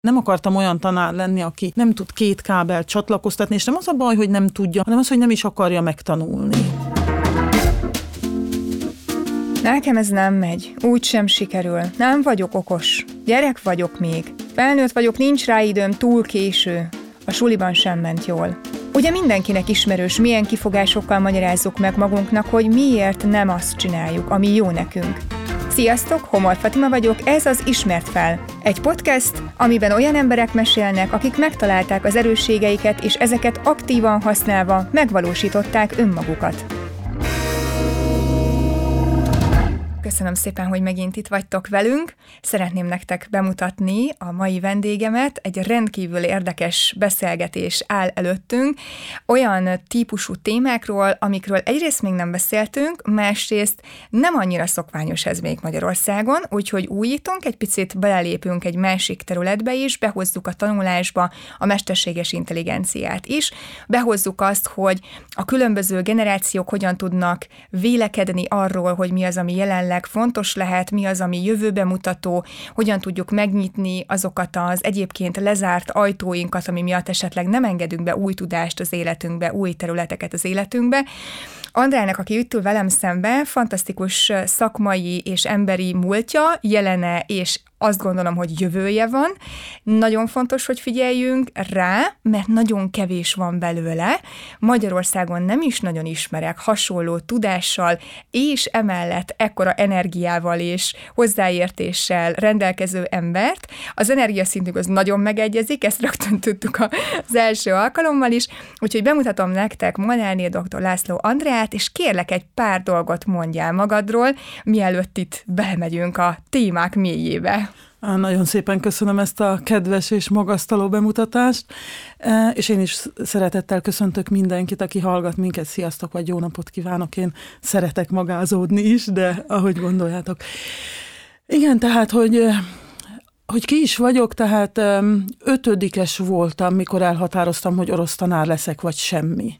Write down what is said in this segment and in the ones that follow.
Nem akartam olyan tanár lenni, aki nem tud 2 kábelt csatlakoztatni, és nem az a baj, hogy nem tudja, hanem az, hogy nem is akarja megtanulni. Nekem ez nem megy, úgy sem sikerül. Nem vagyok okos. Gyerek vagyok még. Felnőtt vagyok, nincs rá időm, túl késő. A suliban sem ment jól. Ugye mindenkinek ismerős, milyen kifogásokkal magyarázzuk meg magunknak, hogy miért nem azt csináljuk, ami jó nekünk. Sziasztok, Homor Fatima vagyok, ez az Ismerd fel. Egy podcast, amiben olyan emberek mesélnek, akik megtalálták az erősségeiket, és ezeket aktívan használva megvalósították önmagukat. Köszönöm szépen, hogy megint itt vagytok velünk. Szeretném nektek bemutatni a mai vendégemet. Egy rendkívül érdekes beszélgetés áll előttünk. Olyan típusú témákról, amikről egyrészt még nem beszéltünk, másrészt nem annyira szokványos ez még Magyarországon, úgyhogy újítunk, egy picit belelépünk egy másik területbe is, behozzuk a tanulásba a mesterséges intelligenciát is, behozzuk azt, hogy a különböző generációk hogyan tudnak vélekedni arról, hogy mi az, ami jelenleg fontos lehet, mi az, ami jövőbe mutató, hogyan tudjuk megnyitni azokat az egyébként lezárt ajtóinkat, ami miatt esetleg nem engedünk be új tudást az életünkbe, új területeket az életünkbe. Andrának, aki itt ül velem szemben, fantasztikus szakmai és emberi múltja, jelene és azt gondolom, hogy jövője van. Nagyon fontos, hogy figyeljünk rá, mert nagyon kevés van belőle. Magyarországon nem is nagyon ismerek hasonló tudással, és emellett ekkora energiával és hozzáértéssel rendelkező embert. Az energiaszintünk az nagyon megegyezik, ezt rögtön tudtuk az első alkalommal is, úgyhogy bemutatom nektek Molnárné dr. László Andreát, és kérlek egy pár dolgot mondjál magadról, mielőtt itt belemegyünk a témák mélyébe. Nagyon szépen köszönöm ezt a kedves és magasztaló bemutatást, és én is szeretettel köszöntök mindenkit, aki hallgat minket. Sziasztok, vagy jó napot kívánok, én szeretek magázódni is, de ahogy gondoljátok. Igen, tehát, hogy ki is vagyok, tehát 5-es voltam, mikor elhatároztam, hogy orosz tanár leszek, vagy semmi.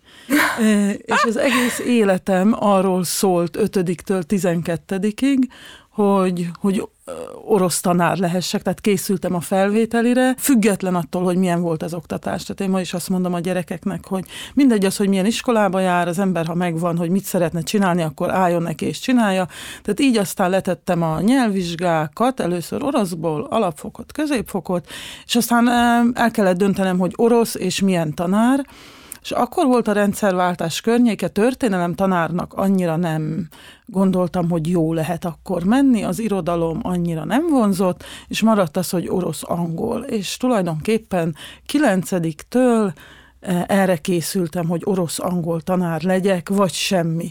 És az egész életem arról szólt 5-től 12-ig, hogy orosz tanár lehessek, tehát készültem a felvételire, független attól, hogy milyen volt az oktatás. Tehát én ma is azt mondom a gyerekeknek, hogy mindegy az, hogy milyen iskolába jár, az ember, ha megvan, hogy mit szeretne csinálni, akkor álljon neki és csinálja. Tehát így aztán letettem a nyelvvizsgákat, először oroszból, alapfokot, középfokot, és aztán el kellett döntenem, hogy orosz és milyen tanár. És akkor volt a rendszerváltás környéke, történelem tanárnak annyira nem gondoltam, hogy jó lehet akkor menni, az irodalom annyira nem vonzott, és maradt az, hogy orosz-angol. És tulajdonképpen 9-től erre készültem, hogy orosz-angol tanár legyek, vagy semmi.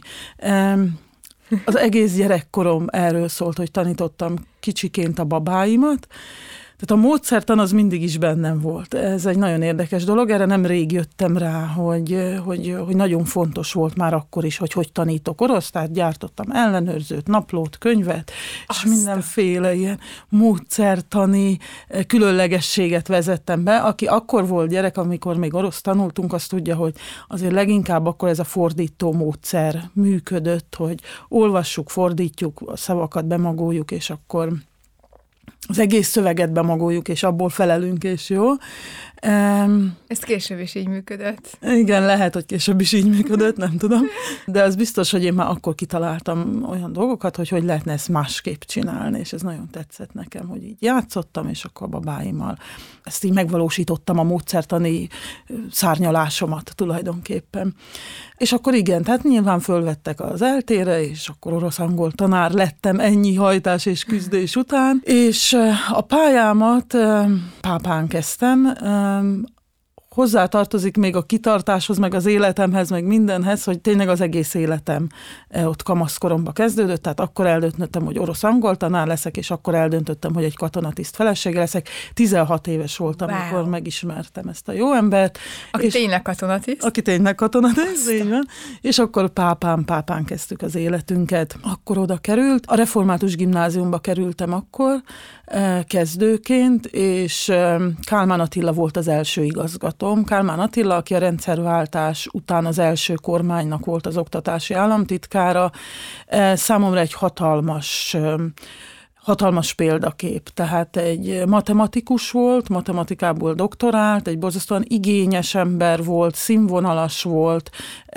Az egész gyerekkorom erről szólt, hogy tanítottam kicsiként a babáimat. Tehát a módszertan az mindig is bennem volt. Ez egy nagyon érdekes dolog, erre nem rég jöttem rá, hogy nagyon fontos volt már akkor is, hogy tanítok orosz, tehát gyártottam ellenőrzőt, naplót, könyvet, és mindenféle ilyen módszertani különlegességet vezettem be. Aki akkor volt gyerek, amikor még orosz tanultunk, azt tudja, hogy azért leginkább akkor ez a fordító módszer működött, hogy olvassuk, fordítjuk, a szavakat bemagoljuk, és akkor az egész szöveget bemagoljuk, és abból felelünk, és jó. Ez később is így működött. Igen, lehet, hogy később is így működött, nem tudom. De az biztos, hogy én már akkor kitaláltam olyan dolgokat, hogy lehetne ezt másképp csinálni, és ez nagyon tetszett nekem, hogy így játszottam, és akkor a babáimmal ezt így megvalósítottam a módszertani szárnyalásomat tulajdonképpen. És akkor igen, tehát nyilván fölvettek az eltére, és akkor orosz-angol tanár lettem ennyi hajtás és küzdés után, és a pályámat Pápán kezdtem. Hozzá tartozik még a kitartáshoz, meg az életemhez, meg mindenhez, hogy tényleg az egész életem ott kamaszkoromba kezdődött, tehát akkor eldöntöttem, hogy orosz-angol tanár leszek, és akkor eldöntöttem, hogy egy katonatiszt felesége leszek. 16 éves voltam, amikor megismertem ezt a jó embert. Aki tényleg katonatiszt. Aki tényleg katonatiszt, így van. És akkor Pápán kezdtük az életünket. Akkor oda került. A református gimnáziumba kerültem akkor, kezdőként, és Kálmán Attila volt az első igazgatóm. Kálmán Attila, aki a rendszerváltás után az első kormánynak volt az oktatási államtitkára, számomra egy hatalmas hatalmas példakép. Tehát egy matematikus volt, matematikából doktorált, egy borzasztóan igényes ember volt, színvonalas volt,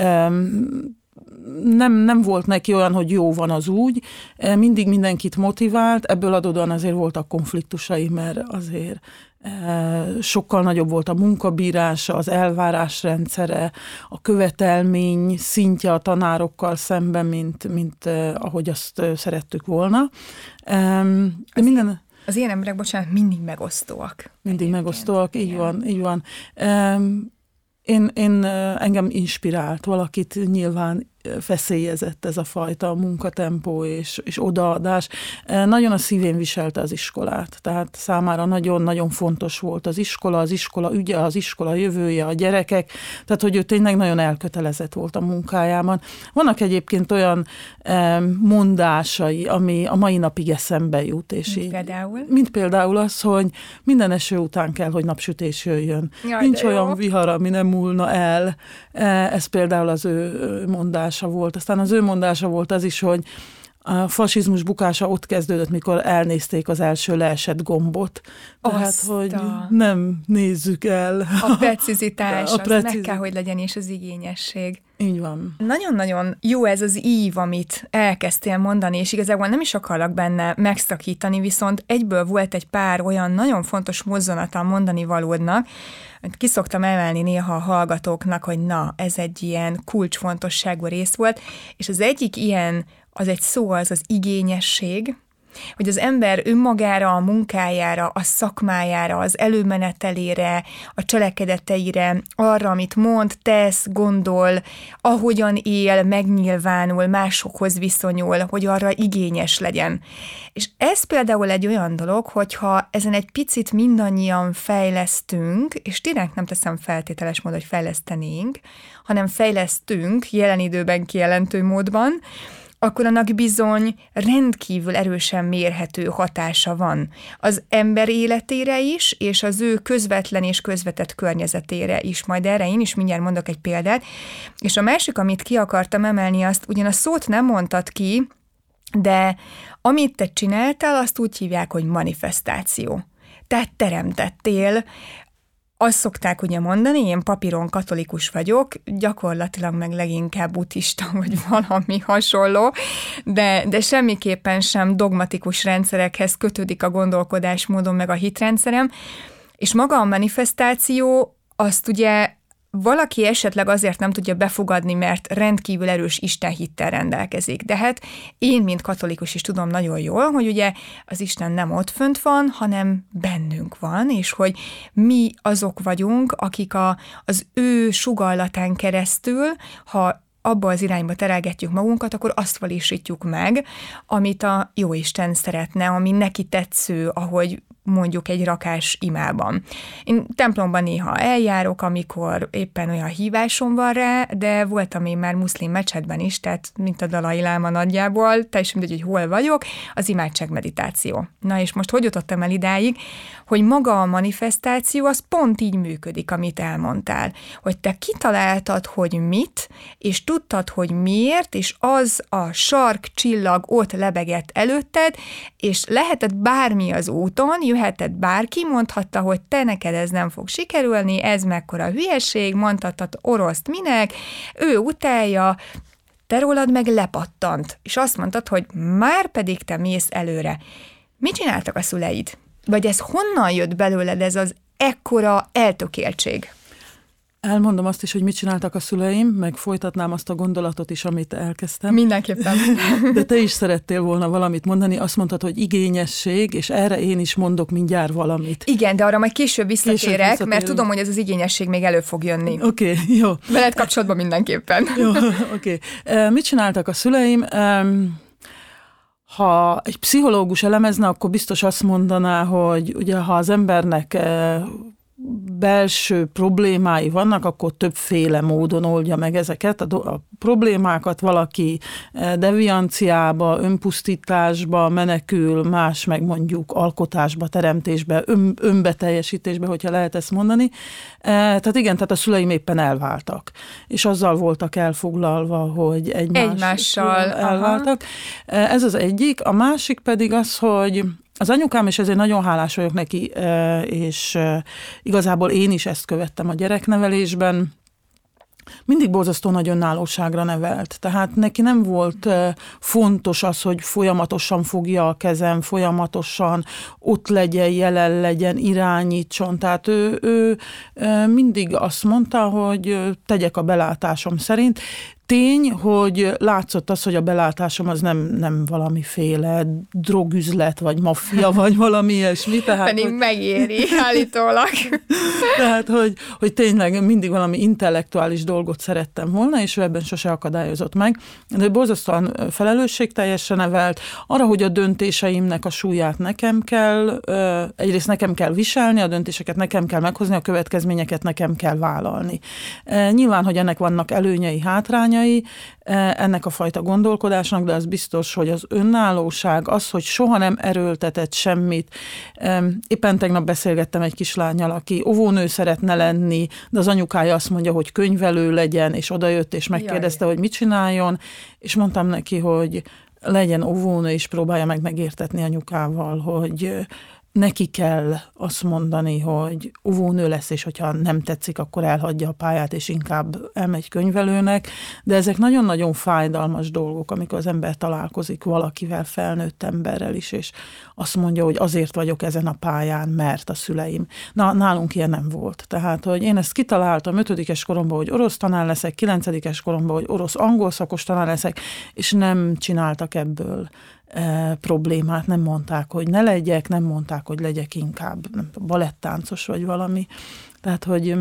nem volt neki olyan, hogy jó van az úgy, mindig mindenkit motivált, ebből adódóan azért voltak konfliktusai, mert azért sokkal nagyobb volt a munkabírása, az elvárásrendszere, a követelmény szintje a tanárokkal szemben, mint ahogy azt szerettük volna. Az ilyen emberek, bocsánat, mindig megosztóak. Mindig megosztóak, így van. Engem inspirált, valakit nyilván feszélyezett ez a fajta munkatempó és odaadás. Nagyon a szívén viselte az iskolát, tehát számára nagyon-nagyon fontos volt az iskola ügye, az iskola jövője, a gyerekek, tehát hogy ő tényleg nagyon elkötelezett volt a munkájában. Vannak egyébként olyan mondásai, ami a mai napig eszembe jut. És mint például az, hogy minden eső után kell, hogy napsütés jöjjön. Nincs olyan vihar, ami nem múlna el. Ez például az ő mondása volt. Aztán az ő mondása volt az is, hogy a fasizmus bukása ott kezdődött, mikor elnézték az első leesett gombot. Tehát, hogy nem nézzük el. A precizitás, meg kell, hogy legyen, és az igényesség. Így van. Nagyon-nagyon jó ez az ív, amit elkezdtél mondani, és igazából nem is akarlak benne megszakítani, viszont egyből volt egy pár olyan nagyon fontos mozzanata a mondani valódnak, ki szoktam emelni néha a hallgatóknak, hogy na, ez egy ilyen kulcsfontosságú rész volt, és az egyik ilyen, az egy szó, az igényesség, hogy az ember önmagára, a munkájára, a szakmájára, az előmenetelére, a cselekedeteire, arra, amit mond, tesz, gondol, ahogyan él, megnyilvánul, másokhoz viszonyul, hogy arra igényes legyen. És ez például egy olyan dolog, hogyha ezen egy picit mindannyian fejlesztünk, és tényleg nem teszem feltételes módon, hogy fejlesztenénk, hanem fejlesztünk jelen időben kijelentő módban, akkor annak bizony rendkívül erősen mérhető hatása van az ember életére is, és az ő közvetlen és közvetett környezetére is. Majd erre én is mindjárt mondok egy példát. És a másik, amit ki akartam emelni, azt ugyan a szót nem mondtad ki, de amit te csináltál, azt úgy hívják, hogy manifestáció. Tehát teremtettél. Azt szokták ugye mondani, én papíron katolikus vagyok, gyakorlatilag meg leginkább buddhista, vagy valami hasonló, de semmiképpen sem dogmatikus rendszerekhez kötődik a gondolkodásmódon, meg a hitrendszerem, és maga a manifestáció azt ugye valaki esetleg azért nem tudja befogadni, mert rendkívül erős istenhittel rendelkezik. De hát én, mint katolikus is tudom nagyon jól, hogy ugye az Isten nem ott fönt van, hanem bennünk van, és hogy mi azok vagyunk, akik az ő sugallatán keresztül, ha abba az irányba terelgetjük magunkat, akkor azt valósítjuk meg, amit a Jóisten szeretne, ami neki tetsző, ahogy mondjuk egy rakás imában. Én templomban néha eljárok, amikor éppen olyan hívásom van rá, de voltam én már muszlim mecsetben is, tehát mint a Dalai Láma nagyjából, teljesen mindegy, hogy hol vagyok, az imádság meditáció. Na és most hogy jutottam el idáig, hogy maga a manifestáció az pont így működik, amit elmondtál, hogy te kitaláltad, hogy mit, és tudtad, hogy miért, és az a sarkcsillag ott lebegett előtted, és lehetett bármi az úton, jöhetett bárki, mondhatta, hogy te neked ez nem fog sikerülni, ez mekkora hülyeség, mondhattad oroszt minek, ő utálja, te rólad meg lepattant, és azt mondtad, hogy már pedig te mész előre. Mit csináltak a szüleid? Vagy ez honnan jött belőled ez az ekkora eltökéltség? Elmondom azt is, hogy mit csináltak a szüleim, meg folytatnám azt a gondolatot is, amit elkezdtem. Mindenképpen. De te is szerettél volna valamit mondani, azt mondtad, hogy igényesség, és erre én is mondok mindjárt valamit. Igen, de arra majd később visszatérek, mert tudom, hogy ez az igényesség még elő fog jönni. Oké, jó. Veled kapcsolatban mindenképpen. Jó, oké. Mit csináltak a szüleim? Ha egy pszichológus elemezne, akkor biztos azt mondaná, hogy ugye ha az embernek belső problémái vannak, akkor többféle módon oldja meg ezeket a problémákat. Valaki devianciába, önpusztításba menekül, más meg mondjuk alkotásba, teremtésbe, önbeteljesítésbe, hogyha lehet ezt mondani. Tehát igen, tehát a szüleim éppen elváltak. És azzal voltak elfoglalva, hogy egymással elváltak. Aha. Ez az egyik. A másik pedig az, hogy az anyukám, és ezért nagyon hálás vagyok neki, és igazából én is ezt követtem a gyereknevelésben, mindig borzasztó nagy önállóságra nevelt. Tehát neki nem volt fontos az, hogy folyamatosan fogja a kezem, folyamatosan ott legyen, jelen legyen, irányítson. Tehát ő mindig azt mondta, hogy tegyek a belátásom szerint. Tény, hogy látszott az, hogy a belátásom az nem valamiféle drogüzlet, vagy maffia, vagy valami ilyesmi. Tehát, pedig hogy... megéri, állítólag. Tehát, hogy tényleg mindig valami intellektuális dolgot szerettem volna, és ő ebben sose akadályozott meg. De borzasztóan felelősségteljesen nevelt, arra, hogy a döntéseimnek a súlyát nekem kell, egyrészt nekem kell viselni, a döntéseket nekem kell meghozni, a következményeket nekem kell vállalni. Nyilván, hogy ennek vannak előnyei, hátrányai, ennek a fajta gondolkodásnak, de az biztos, hogy az önállóság, az, hogy soha nem erőltetett semmit. Éppen tegnap beszélgettem egy kislánnyal, aki óvónő szeretne lenni, de az anyukája azt mondja, hogy könyvelő legyen, és odajött, és megkérdezte, hogy mit csináljon, és mondtam neki, hogy legyen óvónő, és próbálja meg megértetni anyukával, hogy neki kell azt mondani, hogy óvónő lesz, és hogyha nem tetszik, akkor elhagyja a pályát, és inkább elmegy könyvelőnek. De ezek nagyon-nagyon fájdalmas dolgok, amikor az ember találkozik valakivel, felnőtt emberrel is, és azt mondja, hogy azért vagyok ezen a pályán, mert a szüleim. Nálunk ilyen nem volt. Tehát, hogy én ezt kitaláltam 5. koromban, hogy orosz tanár leszek, 9. koromban, hogy orosz-angol szakos tanár leszek, és nem csináltak ebből problémát, nem mondták, hogy ne legyek, nem mondták, hogy legyek inkább balettáncos vagy valami. Tehát, hogy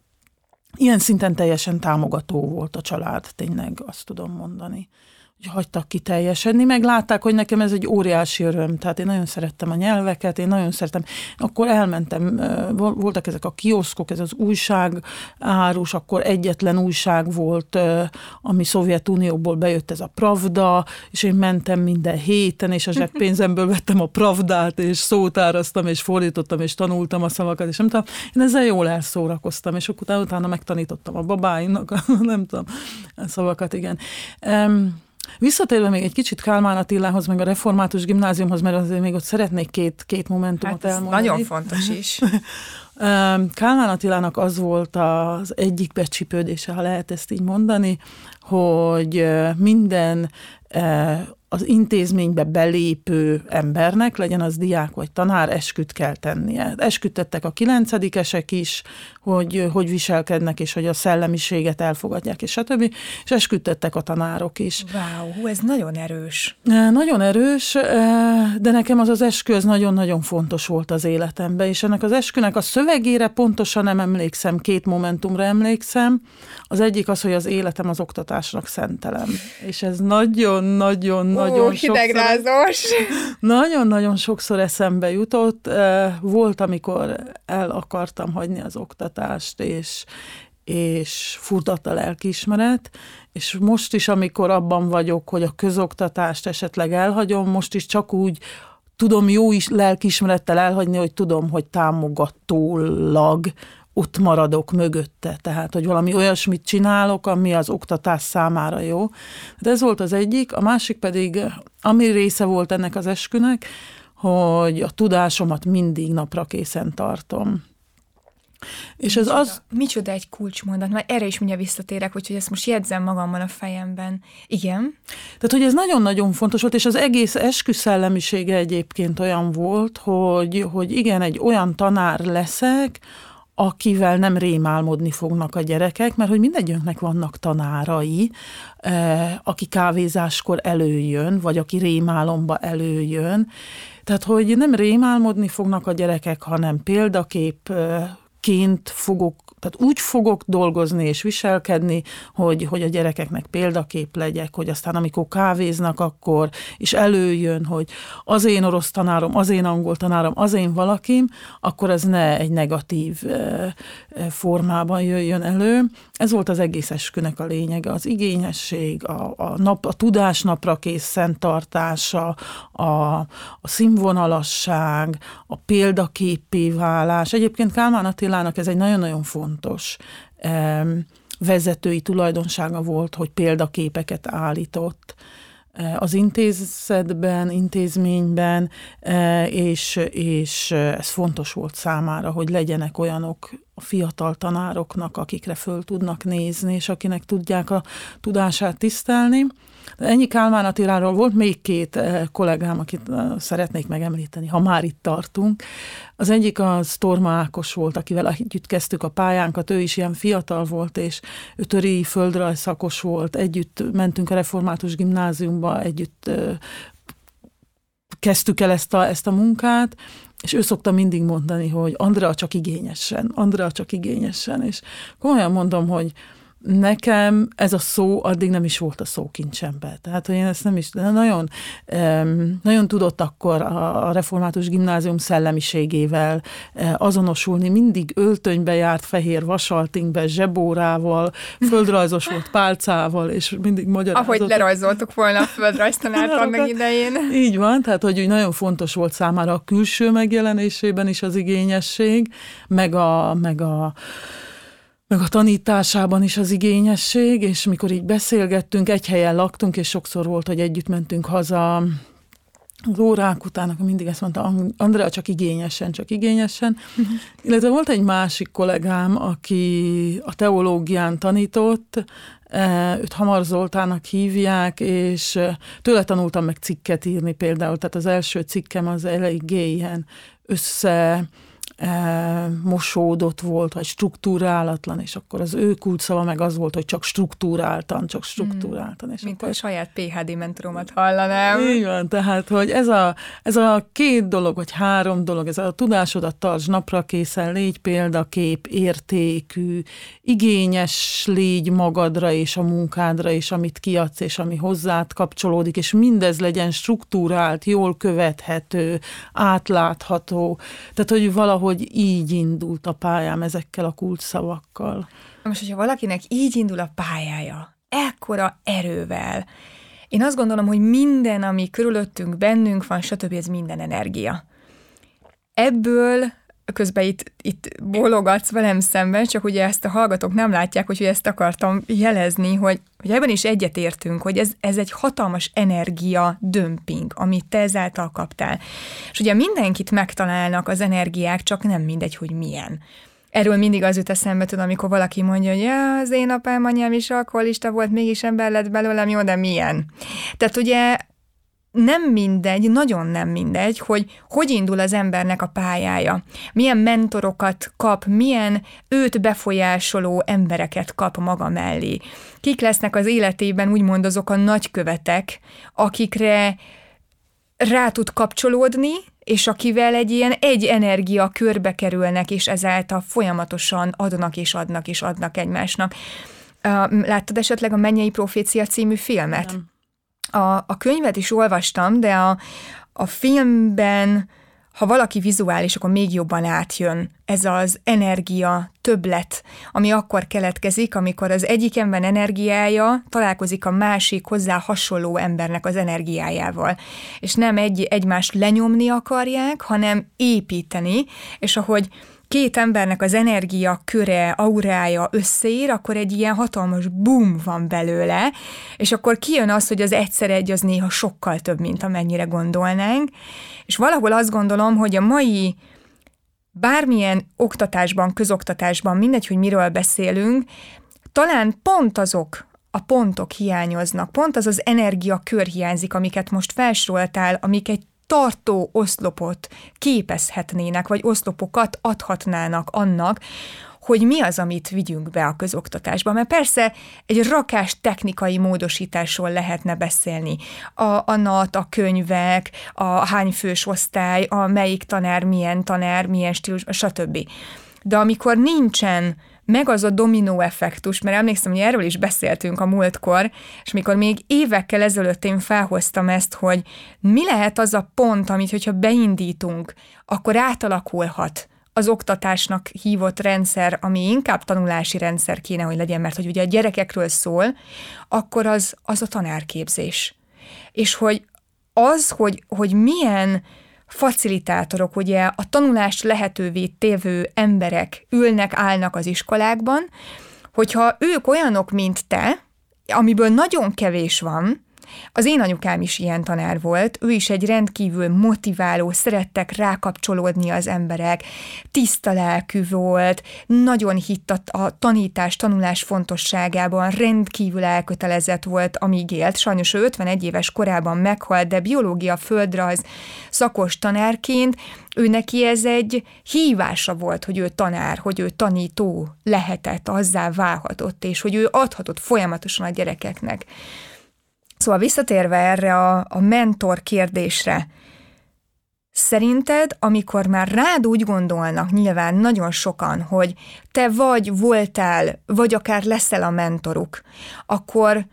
ilyen szinten teljesen támogató volt a család, tényleg azt tudom mondani. Hogy hagytak kiteljesedni, meg látták, hogy nekem ez egy óriási öröm. Tehát én nagyon szerettem a nyelveket, én nagyon szerettem. Akkor elmentem, voltak ezek a kioszkok, ez az újságárus, akkor egyetlen újság volt, ami Szovjetunióból bejött, ez a Pravda, és én mentem minden héten, és a zseppénzemből vettem a Pravdát, és szótáraztam, és fordítottam, és tanultam a szavakat, és nem tudom, én ezzel jól elszórakoztam, és utána megtanítottam a babáimnak, nem tudom, a szavakat, igen. Visszatérve még egy kicsit Kálmán Attilához, meg a református gimnáziumhoz, mert azért még ott szeretnék két momentumot elmondani. Nagyon fontos is. Kálmán Attilának az volt az egyik becsipődése, ha lehet ezt így mondani, hogy minden az intézménybe belépő embernek, legyen az diák vagy tanár, esküt kell tennie. Esküdtettek a 9-esek is, hogy viselkednek, és hogy a szellemiséget elfogadják, és stb. És esküdtettek a tanárok is. Wow, ez nagyon erős. Nagyon erős, de nekem az eskü az nagyon-nagyon fontos volt az életemben, és ennek az eskünek a szövegére pontosan nem emlékszem, 2 momentumra emlékszem. Az egyik az, hogy az életem az oktatásnak szentelem. És ez nagyon-nagyon nagyon-nagyon sokszor eszembe jutott. Volt, amikor el akartam hagyni az oktatást, és furdott a lelkiismeret, és most is, amikor abban vagyok, hogy a közoktatást esetleg elhagyom, most is csak úgy tudom jó is lelkiismerettel elhagyni, hogy tudom, hogy támogatólag ott maradok mögötte. Tehát, hogy valami olyasmit csinálok, ami az oktatás számára jó. De ez volt az egyik. A másik pedig, ami része volt ennek az eskünek, hogy a tudásomat mindig napra készen tartom. És ez az... Micsoda egy kulcsmondat, mert erre is mindjárt visszatérek, úgyhogy ezt most jegyzem magamban a fejemben. Igen. Tehát, hogy ez nagyon-nagyon fontos volt, és az egész eskü szellemisége egyébként olyan volt, hogy igen, egy olyan tanár leszek, akivel nem rémálmodni fognak a gyerekek, mert hogy mindegyünknek vannak tanárai, aki kávézáskor előjön, vagy aki rémálomba előjön. Tehát, hogy nem rémálmodni fognak a gyerekek, hanem példaképként fogok, Tehát úgy fogok dolgozni és viselkedni, hogy a gyerekeknek példakép legyek, hogy aztán amikor kávéznak, akkor is előjön, hogy az én orosz tanárom, az én angol tanárom, az én valakim, akkor ez ne egy negatív formában jöjjön elő. Ez volt az egész eskünek a lényege, az igényesség, a tudás napra készen tartása, a színvonalasság, a példaképé válás. Egyébként Kálmán Attilának ez egy nagyon-nagyon fontos vezetői tulajdonsága volt, hogy példaképeket állított az intézetben, intézményben, és ez fontos volt számára, hogy legyenek olyanok a fiatal tanároknak, akikre föl tudnak nézni, és akinek tudják a tudását tisztelni. De ennyi Kálmán Attiláról. Volt még két kollégám, akit szeretnék megemlíteni, ha már itt tartunk. Az egyik az Torma Ákos volt, akivel együtt kezdtük a pályánkat, ő is ilyen fiatal volt, és ő töri földrajz szakos volt, együtt mentünk a református gimnáziumba, együtt kezdtük el ezt a munkát, és ő szokta mindig mondani, hogy Andrea csak igényesen, és komolyan mondom, hogy nekem ez a szó addig nem is volt a szókincsemben. Tehát, hogy én ezt nem is, de nagyon tudott akkor a református gimnázium szellemiségével azonosulni. Mindig öltönybe járt, fehér vasaltinkbe, zsebórával, földrajzos volt pálcával, és mindig magyarázott. Ahogy lerajzoltuk volna a földrajztanárt annak idején. Így van, tehát, hogy úgy nagyon fontos volt számára a külső megjelenésében is az igényesség, meg a tanításában is az igényesség, és mikor így beszélgettünk, egy helyen laktunk, és sokszor volt, hogy együtt mentünk haza az órák után, akkor mindig ezt mondta, Andrea csak igényesen. Illetve volt egy másik kollégám, aki a teológián tanított, őt Hamar Zoltánnak hívják, és tőle tanultam meg cikket írni például, tehát az első cikkem az eléggé ilyen mosódott volt, vagy struktúrálatlan, és akkor az ő kulcsszava meg az volt, hogy csak struktúráltan. És mint akkor a saját PhD mentoromat hallanám. Így van, tehát, hogy ez a két dolog, vagy három dolog, ez a tudásodat tartsd napra készen, légy példakép, értékű, igényes légy magadra és a munkádra, és amit kiadsz, és ami hozzád kapcsolódik, és mindez legyen struktúrált, jól követhető, átlátható. Tehát, hogy valahogy így indult a pályám ezekkel a kulcsszavakkal. Most, hogyha valakinek így indul a pályája, ekkora erővel, én azt gondolom, hogy minden, ami körülöttünk, bennünk van, stb. Ez minden energia. Ebből közben itt bólogatsz velem szemben, csak ugye ezt a hallgatók nem látják, hogy ezt akartam jelezni, hogy ebben is egyetértünk, hogy ez egy hatalmas energia dömping, amit te ezáltal kaptál. És ugye mindenkit megtalálnak az energiák, csak nem mindegy, hogy milyen. Erről mindig az jut eszembe, tudom, amikor valaki mondja, hogy ja, az én apám, anyám is alkoholista volt, mégis ember lett belőlem, jó, de milyen? Tehát ugye nem mindegy, nagyon nem mindegy, hogy indul az embernek a pályája. Milyen mentorokat kap, milyen őt befolyásoló embereket kap maga mellé. Kik lesznek az életében úgymond azok a nagykövetek, akikre rá tud kapcsolódni, és akivel egy energia körbe kerülnek, és ezáltal folyamatosan adnak egymásnak. Láttad esetleg a Mennyei Profécia című filmet? Nem. A könyvet is olvastam, de a filmben, ha valaki vizuális, akkor még jobban átjön ez az energia többlet, ami akkor keletkezik, amikor az egyik ember energiája találkozik a másik hozzá hasonló embernek az energiájával. És nem egymást lenyomni akarják, hanem építeni, és ahogy két embernek az energia köre, aurája összeér, akkor egy ilyen hatalmas boom van belőle, és akkor kijön az, hogy az egyszer egy az néha sokkal több, mint amennyire gondolnánk. És valahol azt gondolom, hogy a mai bármilyen oktatásban, közoktatásban, mindegy, hogy miről beszélünk, talán pont azok a pontok hiányoznak, pont az energiakör hiányzik, amiket most felsoroltál, amik egy tartó oszlopot képezhetnének, vagy oszlopokat adhatnának annak, hogy mi az, amit vigyünk be a közoktatásba. Mert persze egy rakás technikai módosításról lehetne beszélni. A NAT, a könyvek, a hányfős osztály, a melyik tanár, milyen stílus, stb. De amikor nincsen meg az a dominó effektus, mert emlékszem, hogy erről is beszéltünk a múltkor, és mikor még évekkel ezelőtt én felhoztam ezt, hogy mi lehet az a pont, amit, hogyha beindítunk, akkor átalakulhat az oktatásnak hívott rendszer, ami inkább tanulási rendszer kéne, hogy legyen, mert hogy ugye a gyerekekről szól, akkor az a tanárképzés. És hogy milyen facilitátorok, ugye a tanulást lehetővé tévő emberek állnak az iskolákban, hogyha ők olyanok, mint te, amiből nagyon kevés van, az én anyukám is ilyen tanár volt, ő is egy rendkívül motiváló, szerettek rákapcsolódni az emberek, tiszta lelkű volt, nagyon hitt a tanulás fontosságában, rendkívül elkötelezett volt, amíg élt. Sajnos ő 51 éves korában meghalt, de biológia, földrajz szakos tanárként ő neki ez egy hívása volt, hogy ő tanár, hogy ő tanító lehetett, azzá válhatott, és hogy ő adhatott folyamatosan a gyerekeknek. Szóval visszatérve erre a mentor kérdésre, szerinted, amikor már rád úgy gondolnak nyilván nagyon sokan, hogy te voltál, vagy akár leszel a mentoruk, akkor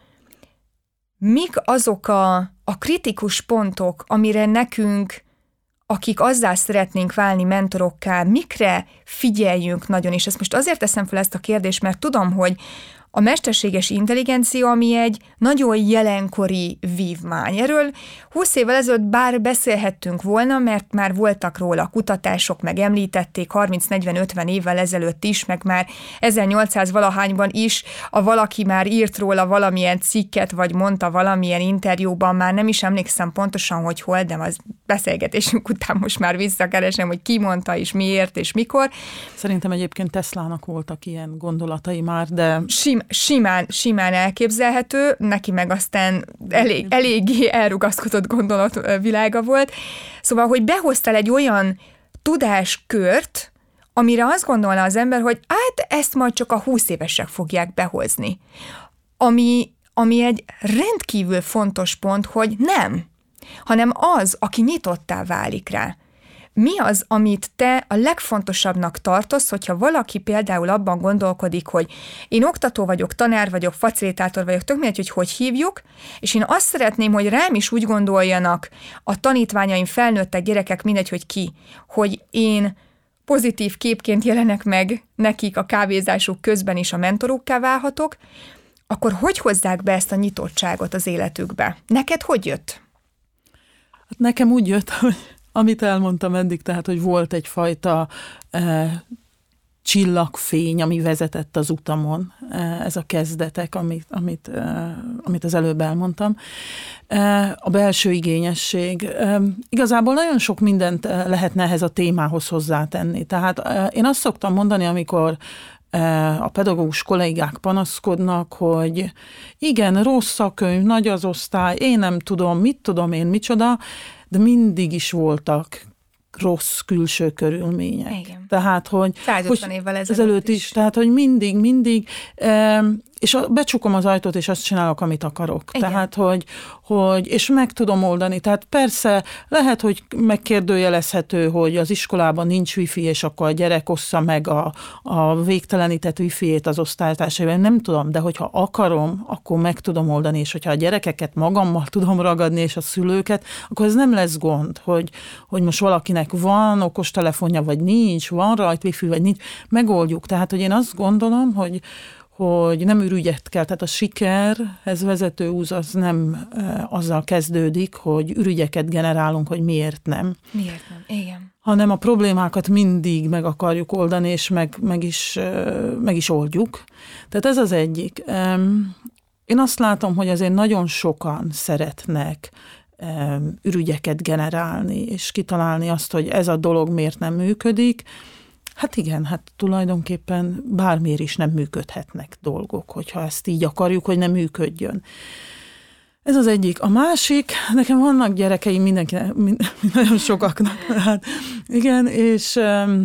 mik azok a kritikus pontok, amire nekünk, akik azzal szeretnénk válni mentorokká, mikre figyeljünk nagyon, és ezt most azért teszem fel ezt a kérdést, mert tudom, hogy a mesterséges intelligencia, ami egy nagyon jelenkori vívmány. Erről 20 évvel ezelőtt bár beszélhettünk volna, mert már voltak róla kutatások, meg említették 30-40-50 évvel ezelőtt is, meg már 1800-valahányban is, valaki már írt róla valamilyen cikket, vagy mondta valamilyen interjúban, már nem is emlékszem pontosan, hogy hol, de az beszélgetésünk után most már visszakeresem, hogy ki mondta, és miért, és mikor. Szerintem egyébként Teslának voltak ilyen gondolatai már, de... Simán elképzelhető, neki meg aztán eléggé elrugaszkodott gondolatvilága volt. Szóval, hogy behoztál egy olyan tudáskört, amire azt gondolna az ember, hogy hát ezt majd csak a 20 évesek fogják behozni. Ami egy rendkívül fontos pont, hogy nem, hanem az, aki nyitottá válik rá. Mi az, amit te a legfontosabbnak tartasz, hogyha valaki például abban gondolkodik, hogy én oktató vagyok, tanár vagyok, facilitátor vagyok, tök mindegy, hogy hívjuk, és én azt szeretném, hogy rám is úgy gondoljanak a tanítványaim, felnőttek, gyerekek, mindegy, hogy ki, hogy én pozitív képként jelenek meg nekik a kávézásuk közben is a mentorukká válhatok, akkor hogy hozzák be ezt a nyitottságot az életükbe? Neked hogy jött? Hát nekem úgy jött, hogy amit elmondtam eddig, tehát, hogy volt egyfajta csillagfény, ami vezetett az utamon, ez a kezdetek, amit az előbb elmondtam. A belső igényesség. Igazából nagyon sok mindent lehetne ehhez a témához hozzátenni. Tehát én azt szoktam mondani, amikor a pedagógus kollégák panaszkodnak, hogy igen, rossz a könyv, nagy az osztály, én nem tudom, mit tudom én, micsoda, de mindig is voltak rossz külső körülmények. Igen. Tehát, hogy 150 évvel ezelőtt is. Tehát, hogy mindig, és becsukom az ajtót, és azt csinálok, amit akarok. Igen. Tehát, hogy és meg tudom oldani. Tehát persze lehet, hogy megkérdőjelezhető, hogy az iskolában nincs wifi, és akkor a gyerek ossza meg a végtelenített wifi-ét az osztálytársaival. Nem tudom, de hogyha akarom, akkor meg tudom oldani, és hogyha a gyerekeket magammal tudom ragadni, és a szülőket, akkor ez nem lesz gond, hogy most valakinek van okostelefonja, vagy nincs, van rajta wifi, vagy nincs, megoldjuk. Tehát, hogy én azt gondolom, hogy nem ürügyet kell, tehát a sikerhez vezető út az nem azzal kezdődik, hogy ürügyeket generálunk, hogy miért nem. Miért nem, igen. Hanem a problémákat mindig meg akarjuk oldani, és meg is oldjuk. Tehát ez az egyik. Én azt látom, hogy azért nagyon sokan szeretnek ürügyeket generálni, és kitalálni azt, hogy ez a dolog miért nem működik. Hát igen, hát tulajdonképpen bármiért is nem működhetnek dolgok, hogyha ezt így akarjuk, hogy nem működjön. Ez az egyik. A másik, nekem vannak gyerekeim, mindenkinek, nagyon sokaknak. Hát, igen, és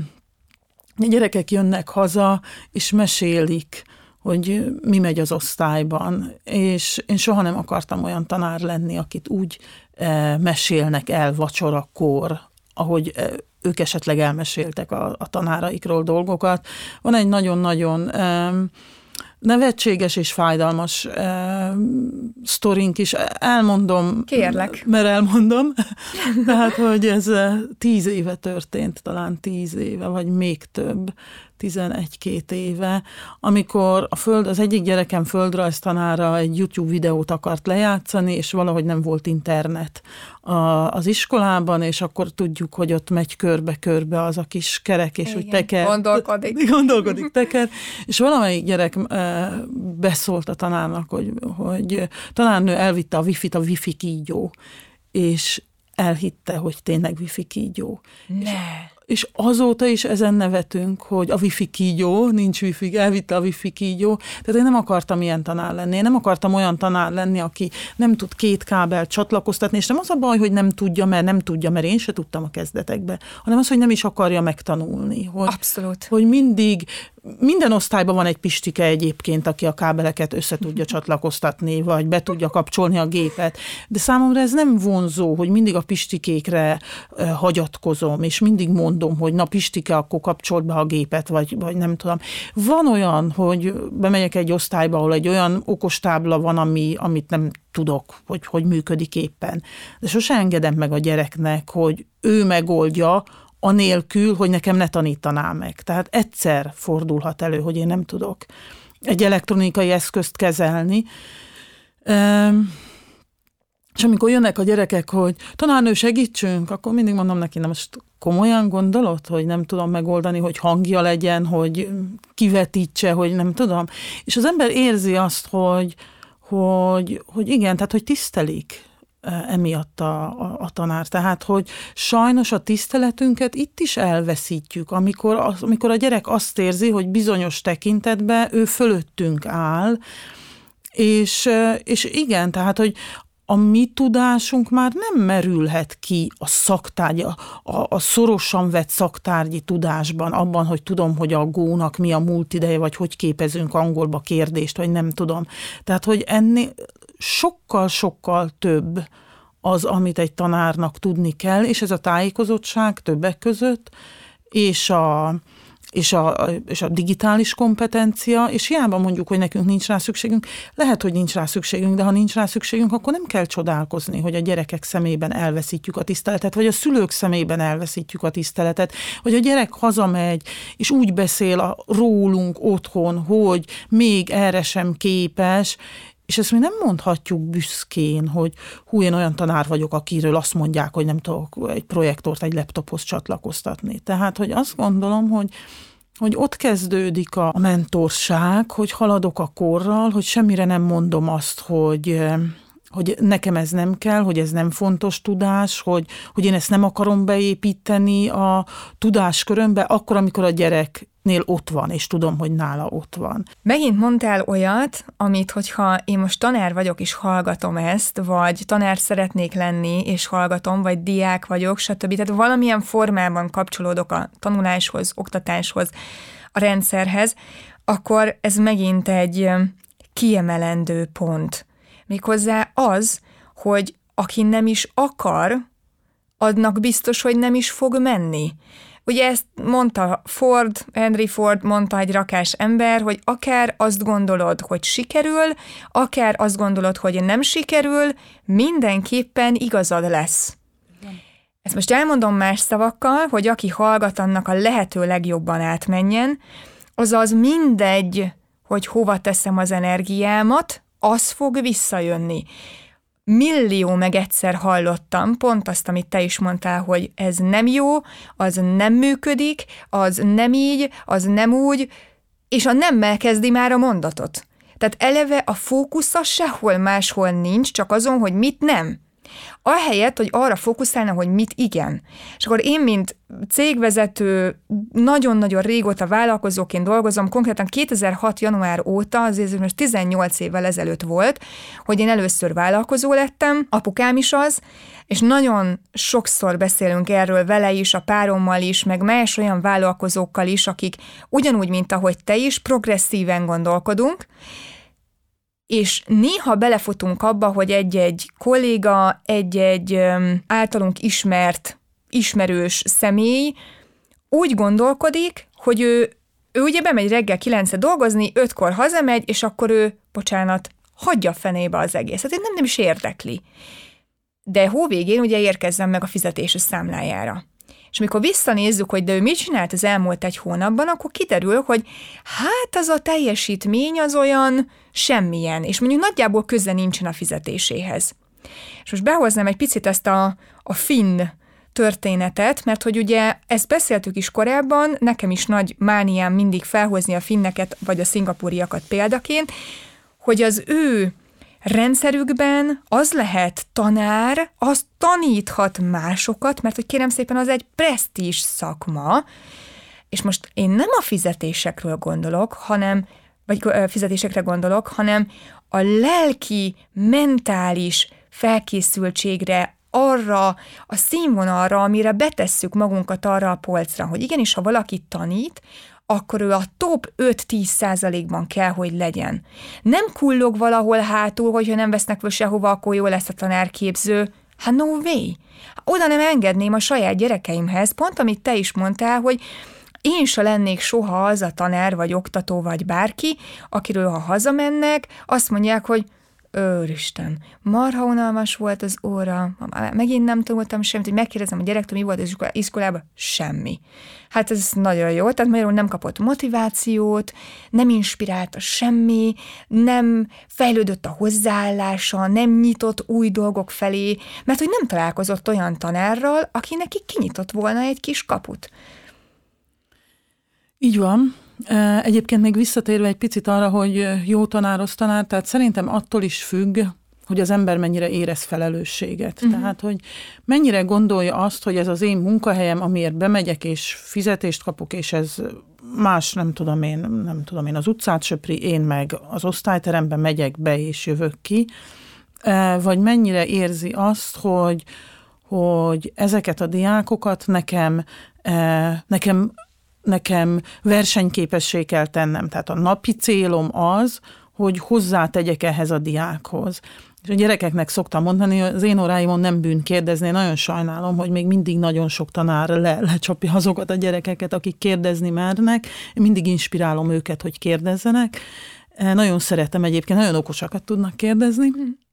a gyerekek jönnek haza, és mesélik, hogy mi megy az osztályban, és én soha nem akartam olyan tanár lenni, akit úgy mesélnek el vacsorakor ahogy ők esetleg elmeséltek a tanáraikról dolgokat. Van egy nagyon-nagyon nevetséges és fájdalmas sztorink is. Elmondom. Kérlek. Mert elmondom. Tehát, hogy ez 10 éve történt, talán 10 éve, vagy még több, 11-2 éve, amikor az egyik gyerekem földrajztanára egy YouTube videót akart lejátszani, és valahogy nem volt internet az iskolában, és akkor tudjuk, hogy ott megy körbe-körbe az a kis kerek, és úgy teker. Gondolkodik, teker. És valamelyik gyerek beszólt a tanárnak, hogy tanárnő elvitte a wifi-t, a wifi kígyó, és elhitte, hogy tényleg wifi kígyó. És azóta is ezen nevetünk, hogy a wifi kígyó, nincs wifi, elvitte a wifi kígyó. Tehát én nem akartam ilyen tanár lenni. Én nem akartam olyan tanár lenni, aki nem tud 2 kábelt csatlakoztatni, és nem az a baj, hogy nem tudja, mert én se tudtam a kezdetekben, hanem az, hogy nem is akarja megtanulni. Abszolút. Hogy minden osztályban van egy Pistike egyébként, aki a kábeleket össze tudja csatlakoztatni, vagy be tudja kapcsolni a gépet. De számomra ez nem vonzó, hogy mindig a Pistikékre hagyatkozom, és mindig mondom, hogy na Pistike, akkor kapcsold be a gépet, vagy nem tudom. Van olyan, hogy bemegyek egy osztályba, ahol egy olyan okostábla van, amit nem tudok, hogy működik éppen. De sose engedem meg a gyereknek, hogy ő megoldja, anélkül, hogy nekem ne tanítaná meg. Tehát egyszer fordulhat elő, hogy én nem tudok egy elektronikai eszközt kezelni. És amikor jönnek a gyerekek, hogy tanárnő, segítsünk, akkor mindig mondom neki, na most komolyan gondolod, hogy nem tudom megoldani, hogy hangja legyen, hogy kivetítse, hogy nem tudom. És az ember érzi azt, hogy igen, tehát hogy tisztelik emiatt a tanár. Tehát, hogy sajnos a tiszteletünket itt is elveszítjük, amikor a gyerek azt érzi, hogy bizonyos tekintetben ő fölöttünk áll, és igen, tehát, hogy a mi tudásunk már nem merülhet ki a szaktárgyi, a szorosan vett szaktárgyi tudásban, abban, hogy tudom, hogy a gónak mi a múlt ideje, vagy hogy képezünk angolba kérdést, vagy nem tudom. Tehát, hogy ennél sokkal-sokkal több az, amit egy tanárnak tudni kell, és ez a tájékozottság többek között, és a digitális kompetencia, és hiába mondjuk, hogy nekünk nincs rá szükségünk, lehet, hogy nincs rá szükségünk, de ha nincs rá szükségünk, akkor nem kell csodálkozni, hogy a gyerekek szemében elveszítjük a tiszteletet, vagy a szülők szemében elveszítjük a tiszteletet, vagy a gyerek hazamegy, és úgy beszél rólunk otthon, hogy még erre sem képes, és ezt mi nem mondhatjuk büszkén, hogy én olyan tanár vagyok, akiről azt mondják, hogy nem tudok egy projektort egy laptophoz csatlakoztatni. Tehát, hogy azt gondolom, hogy ott kezdődik a mentorság, hogy haladok a korral, hogy semmire nem mondom azt, hogy nekem ez nem kell, hogy ez nem fontos tudás, hogy én ezt nem akarom beépíteni a tudáskörömbe, akkor, amikor a gyereknél ott van, és tudom, hogy nála ott van. Megint mondtál olyat, amit, hogyha én most tanár vagyok, és hallgatom ezt, vagy tanár szeretnék lenni, és hallgatom, vagy diák vagyok, stb. Tehát valamilyen formában kapcsolódok a tanuláshoz, oktatáshoz, a rendszerhez, akkor ez megint egy kiemelendő pont. Méghozzá az, hogy aki nem is akar, adnak biztos, hogy nem is fog menni. Ugye ezt mondta Henry Ford mondta egy rakás ember, hogy akár azt gondolod, hogy sikerül, akár azt gondolod, hogy nem sikerül, mindenképpen igazad lesz. Ezt most elmondom más szavakkal, hogy aki hallgat, annak a lehető legjobban átmenjen, azaz mindegy, hogy hova teszem az energiámat, az fog visszajönni. Millió meg egyszer hallottam pont azt, amit te is mondtál, hogy ez nem jó, az nem működik, az nem így, az nem úgy, és a nemmel kezdi már a mondatot. Tehát eleve a fókusza sehol máshol nincs, csak azon, hogy mit nem. Ahelyett, hogy arra fókuszálna, hogy mit igen. És akkor én, mint cégvezető, nagyon-nagyon régóta vállalkozóként dolgozom, konkrétan 2006. január óta, azért most 18 évvel ezelőtt volt, hogy én először vállalkozó lettem, apukám is az, és nagyon sokszor beszélünk erről vele is, a párommal is, meg más olyan vállalkozókkal is, akik ugyanúgy, mint ahogy te is, progresszíven gondolkodunk, és néha belefutunk abba, hogy egy-egy kolléga, egy-egy általunk ismert ismerős személy úgy gondolkodik, hogy ő ugye bemegy reggel 9-re dolgozni, 5-kor hazamegy, és akkor ő, hagyja fenébe az egészet. Nem is érdekli. De hóvégén ugye érkezzen meg a fizetési számlájára. És amikor visszanézzük, hogy de ő mit csinált az elmúlt egy hónapban, akkor kiderül, hogy hát az a teljesítmény az olyan semmilyen, és mondjuk nagyjából köze nincsen a fizetéséhez. És most behoznám egy picit ezt a finn történetet, mert hogy ugye ezt beszéltük is korábban, nekem is nagy mániám mindig felhozni a finneket, vagy a szingapúriakat példaként, hogy az ő rendszerükben az lehet tanár, az taníthat másokat, mert hogy kérem szépen, az egy presztízs szakma, és most én nem a fizetésekre gondolok, hanem a lelki, mentális felkészültségre, arra a színvonalra, amire betesszük magunkat arra a polcra, hogy igenis, ha valaki tanít, akkor ő a top 5-10%-ban kell, hogy legyen. Nem kullog valahol hátul, hogyha nem vesznek föl sehova, akkor jó lesz a tanárképző. Hát no way! Oda nem engedném a saját gyerekeimhez, pont amit te is mondtál, hogy én se lennék soha az a tanár, vagy oktató, vagy bárki, akiről ha hazamennek, azt mondják, hogy Őristen, marha unalmas volt az óra, megint nem tanultam semmit, hogy megkérdezem a gyerektől, mi volt az iskolában, semmi. Hát ez nagyon jó, tehát magyarul nem kapott motivációt, nem inspirálta semmi, nem fejlődött a hozzáállása, nem nyitott új dolgok felé, mert hogy nem találkozott olyan tanárral, aki neki kinyitott volna egy kis kaput. Így van. Egyébként még visszatérve egy picit arra, hogy jó tanár, rossz tanár, tehát szerintem attól is függ, hogy az ember mennyire érez felelősséget. Tehát, hogy mennyire gondolja azt, hogy ez az én munkahelyem, amiért bemegyek és fizetést kapok, és ez más, nem tudom én az utcát söpri, én meg az osztályteremben megyek be és jövök ki, vagy mennyire érzi azt, hogy ezeket a diákokat nekem versenyképessé kell tennem. Tehát a napi célom az, hogy hozzátegyek ehhez a diákhoz. És a gyerekeknek szoktam mondani, hogy az én óráimon nem bűn kérdezni. Én nagyon sajnálom, hogy még mindig nagyon sok tanár lecsapja azokat a gyerekeket, akik kérdezni mernek. Én mindig inspirálom őket, hogy kérdezzenek. Nagyon szeretem egyébként, nagyon okosakat tudnak kérdezni.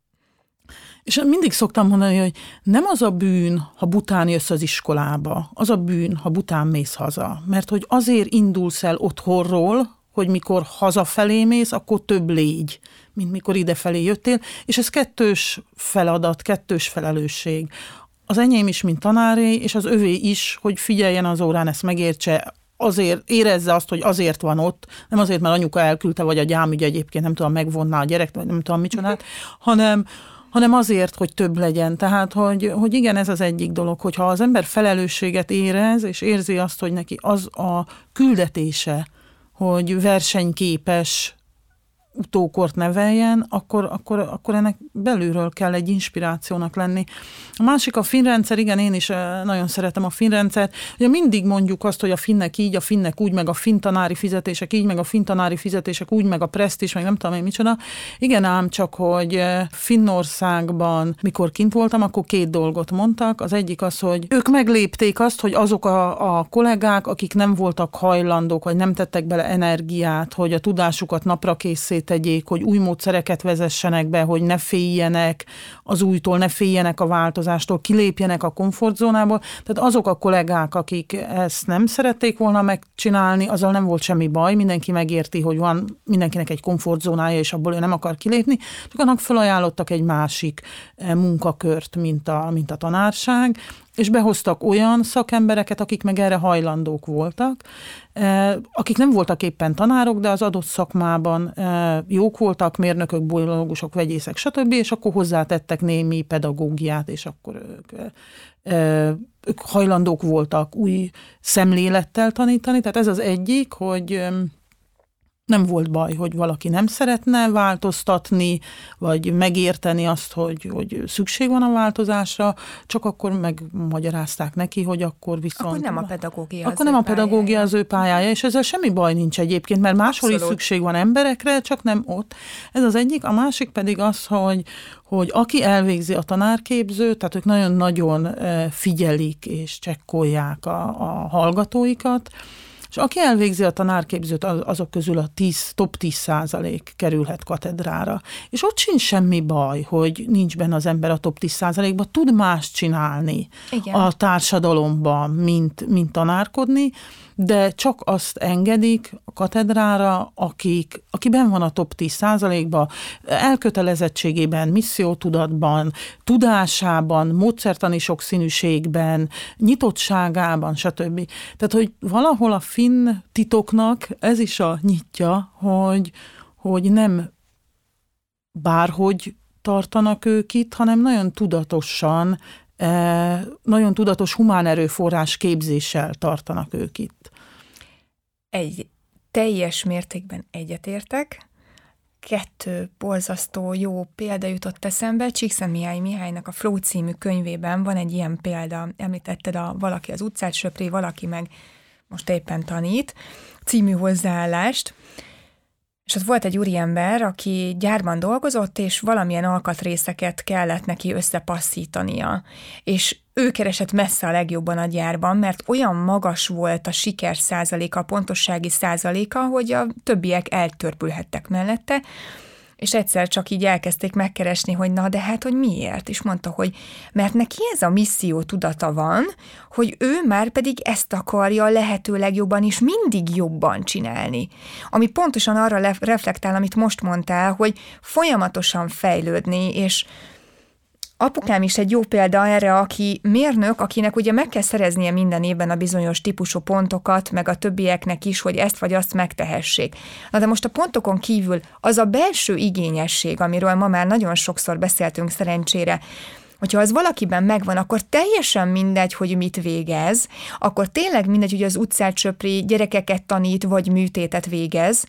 És mindig szoktam mondani, hogy nem az a bűn, ha bután jössz az iskolába, az a bűn, ha bután mész haza. Mert hogy azért indulsz el otthonról, hogy mikor hazafelé mész, akkor több légy, mint mikor idefelé jöttél, és ez kettős feladat, kettős felelősség. Az enyém is, mint tanáré, és az övé is, hogy figyeljen az órán, ezt megértse, azért érezze azt, hogy azért van ott, nem azért, mert anyuka elküldte, vagy a gyámügy egyébként nem tudom, megvonná a gyerekt, vagy nem tudom micsodát, hanem azért, hogy több legyen. Tehát, hogy igen, ez az egyik dolog, hogyha az ember felelősséget érez, és érzi azt, hogy neki az a küldetése, hogy versenyképes utókort neveljen, akkor ennek belülről kell egy inspirációnak lenni. A másik a finn rendszer, igen, én is nagyon szeretem a finn rendszert. Ugye mindig mondjuk azt, hogy a finnek így, a finnek úgy, meg a finn tanári fizetések így, meg a finn tanári fizetések úgy, meg a presztízs, meg nem tudom én micsoda. Igen ám, csak hogy Finnországban, mikor kint voltam, akkor 2 dolgot mondtak. Az egyik az, hogy ők meglépték azt, hogy azok a kollégák, akik nem voltak hajlandók, vagy nem tettek bele energiát, hogy a tudásukat napra készít tegyék, hogy új módszereket vezessenek be, hogy ne féljenek az újtól, ne féljenek a változástól, kilépjenek a komfortzónából. Tehát azok a kollégák, akik ezt nem szerették volna megcsinálni, azzal nem volt semmi baj, mindenki megérti, hogy van mindenkinek egy komfortzónája, és abból ő nem akar kilépni, csak annak felajánlottak egy másik munkakört, mint a tanárság, és behoztak olyan szakembereket, akik meg erre hajlandók voltak, akik nem voltak éppen tanárok, de az adott szakmában jók voltak, mérnökök, biológusok, vegyészek, stb., és akkor hozzátettek némi pedagógiát, és akkor ők hajlandók voltak új szemlélettel tanítani. Tehát ez az egyik, hogy Nem volt baj, hogy valaki nem szeretne változtatni, vagy megérteni azt, hogy szükség van a változásra, csak akkor megmagyarázták neki, hogy akkor viszont... Akkor nem a pedagógia Akkor nem a pedagógia az ő pályája, és ezzel semmi baj nincs egyébként, mert máshol is szükség van emberekre, csak nem ott. Ez az egyik. A másik pedig az, hogy aki elvégzi a tanárképzőt, tehát ők nagyon-nagyon figyelik és csekkolják a hallgatóikat, és aki elvégzi a tanárképzőt, azok közül a top 10% kerülhet katedrára. És ott sincs semmi baj, hogy nincs benne az ember a top 10%-ban, tud más csinálni. Igen. A társadalomban, mint tanárkodni, de csak azt engedik a katedrára, aki benn van a top 10%-ban, elkötelezettségében, missziótudatban, tudásában, módszertani sokszínűségben, nyitottságában, stb. Tehát, hogy valahol a finn titoknak ez is a nyitja, hogy nem bárhogy tartanak ők itt, hanem nagyon tudatosan, nagyon tudatos humán erőforrás képzéssel tartanak ők itt. Egy teljes mértékben egyetértek. 2 borzasztó jó példa jutott eszembe. Csíkszentmihalyi Mihálynak a Flow című könyvében van egy ilyen példa. Említetted valaki az utcát söpri, valaki meg most éppen tanít, című hozzáállást. És ott volt egy úriember, aki gyárban dolgozott, és valamilyen alkatrészeket kellett neki összepasszítania. És ő keresett messze a legjobban a gyárban, mert olyan magas volt a siker százaléka, a pontossági százaléka, hogy a többiek eltörpülhettek mellette, és egyszer csak így elkezdték megkeresni, hogy na, de hát, hogy miért? És mondta, hogy mert neki ez a misszió tudata van, hogy ő már pedig ezt akarja lehető legjobban és mindig jobban csinálni. Ami pontosan arra reflektál, amit most mondtál, hogy folyamatosan fejlődni, és apukám is egy jó példa erre, aki mérnök, akinek ugye meg kell szereznie minden évben a bizonyos típusú pontokat, meg a többieknek is, hogy ezt vagy azt megtehessék. Na de most a pontokon kívül az a belső igényesség, amiről ma már nagyon sokszor beszéltünk szerencsére, hogyha az valakiben megvan, akkor teljesen mindegy, hogy mit végez, akkor tényleg mindegy, hogy az utcát söpri, gyerekeket tanít, vagy műtétet végez.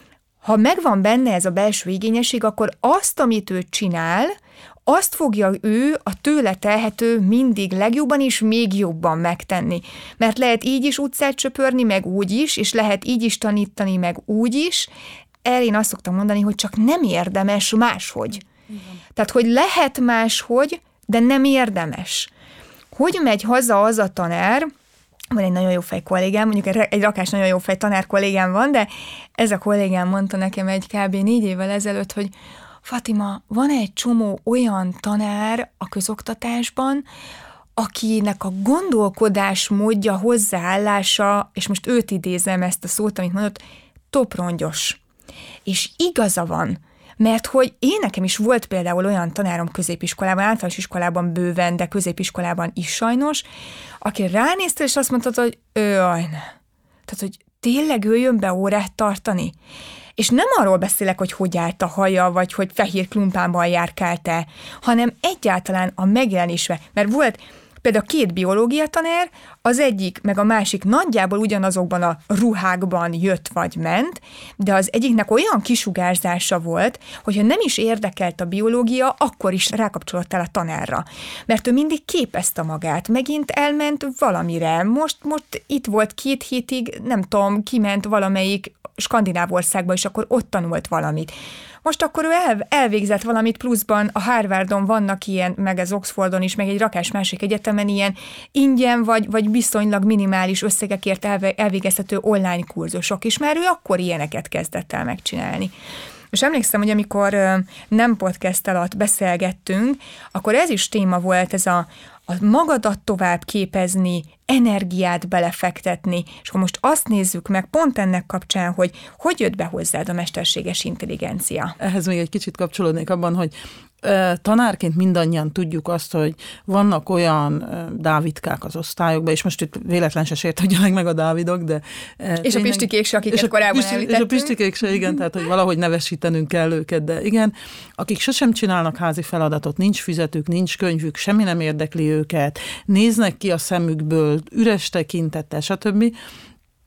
Ha megvan benne ez a belső igényesség, akkor azt, amit ő csinál, azt fogja ő a tőle telhető mindig legjobban és még jobban megtenni. Mert lehet így is utcát söpörni, meg úgy is, és lehet így is tanítani, meg úgy is. Erre én azt szoktam mondani, hogy csak nem érdemes máshogy. Igen. Tehát, hogy lehet máshogy, de nem érdemes. Hogy megy haza az a tanár, van egy nagyon jó fej kollégám, mondjuk egy rakás nagyon jó fej tanár kollégám van, de ez a kollégám mondta nekem egy kb. 4 évvel ezelőtt, hogy Fatima, van egy csomó olyan tanár a közoktatásban, akinek a gondolkodásmódja, hozzáállása, és most őt idézem ezt a szót, amit mondott, toprongyos. És igaza van, mert hogy én nekem is volt például olyan tanárom középiskolában, általános iskolában bőven, de középiskolában is sajnos, aki ránézte, és azt mondta, hogy tehát, hogy tényleg ő jön be órát tartani. És nem arról beszélek, hogy állt a haja, vagy hogy fehér klumpánban járkált-e, hanem egyáltalán a megjelenésre. Mert volt például 2 biológia tanár, az egyik meg a másik nagyjából ugyanazokban a ruhákban jött vagy ment, de az egyiknek olyan kisugárzása volt, hogyha nem is érdekelt a biológia, akkor is rákapcsolódtál a tanárra. Mert ő mindig képezte magát, megint elment valamire. Most itt volt 2 hétig, nem tudom, kiment valamelyik skandináv országba, és akkor ott tanult valamit. Most akkor ő elvégzett valamit pluszban, a Harvardon vannak ilyen, meg az Oxfordon is, meg egy rakás másik egyetemen ilyen ingyen vagy viszonylag minimális összegekért elvégezhető online kurzusok is, mert ő akkor ilyeneket kezdett el megcsinálni. És emlékszem, hogy amikor nem podcast alatt beszélgettünk, akkor ez is téma volt, ez a magadat tovább képezni, energiát belefektetni, és akkor most azt nézzük meg pont ennek kapcsán, hogy jött be hozzád a mesterséges intelligencia. Ehhez még egy kicsit kapcsolódnék abban, hogy tanárként mindannyian tudjuk azt, hogy vannak olyan Dávidkák az osztályokban, és most itt véletlen se sértődjenek meg a Dávidok, de... És a Pistikék se, akiket korábban említettünk. És a Pistikék se, igen, tehát hogy valahogy nevesítenünk kell őket, de igen, akik sosem csinálnak házi feladatot, nincs füzetük, nincs könyvük, semmi nem érdekli őket, néznek ki a szemükből, üres tekintettel, stb.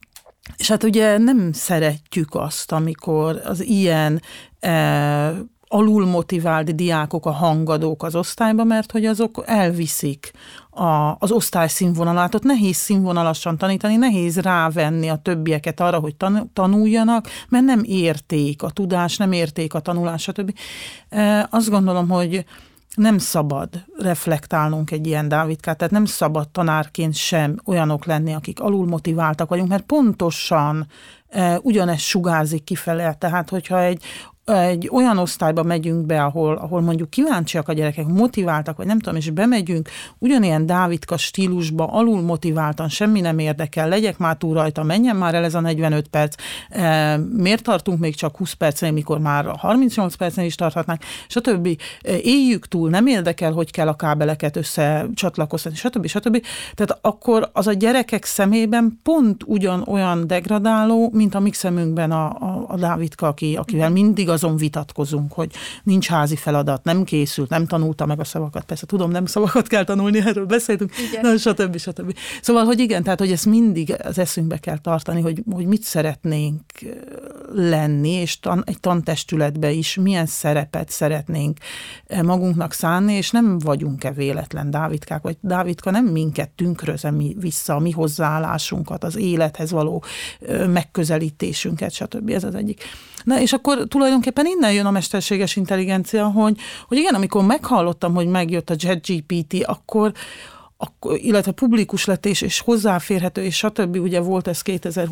És hát ugye nem szeretjük azt, amikor az ilyen alulmotivált diákok, a hangadók az osztályba, mert hogy azok elviszik az osztály színvonalát, ott nehéz színvonalasan tanítani, nehéz rávenni a többieket arra, hogy tanuljanak, mert nem érték a tudás, nem érték a tanulás, stb. Azt gondolom, hogy nem szabad reflektálnunk egy ilyen Dávidkát, tehát nem szabad tanárként sem olyanok lenni, akik alulmotiváltak vagyunk, mert pontosan ugyanezt sugárzik kifele, tehát hogyha egy olyan osztályba megyünk be, ahol mondjuk kíváncsiak a gyerekek, motiváltak, vagy nem tudom, és bemegyünk ugyanilyen Dávidka stílusba, alul motiváltan, semmi nem érdekel, legyek már túl rajta, menjen már el ez a 45 perc, miért tartunk még csak 20 percnél, mikor már 38 percnél is tarthatnánk, stb. Éljük túl, nem érdekel, hogy kell a kábeleket összecsatlakoztatni, stb. Tehát akkor az a gyerekek szemében pont ugyanolyan degradáló, mint a mi szemünkben a Dávidka, akivel mindig azon vitatkozunk, hogy nincs házi feladat, nem készült, nem tanulta meg a szavakat. Persze tudom, nem szavakat kell tanulni, erről beszéltünk, stb. Szóval, hogy igen, tehát, hogy ezt mindig az eszünkbe kell tartani, hogy mit szeretnénk lenni, és egy tantestületbe is milyen szerepet szeretnénk magunknak szánni, és nem vagyunk-e véletlen Dávidkák, vagy Dávidka nem minket tünkröz vissza a mi hozzáállásunkat, az élethez való megközelítésünket, stb. Ez az egyik. Na, és akkor tulajdonképpen innen jön a mesterséges intelligencia, hogy igen, amikor meghallottam, hogy megjött a ChatGPT, akkor illetve publikus lett és hozzáférhető, és stb. Ugye volt ez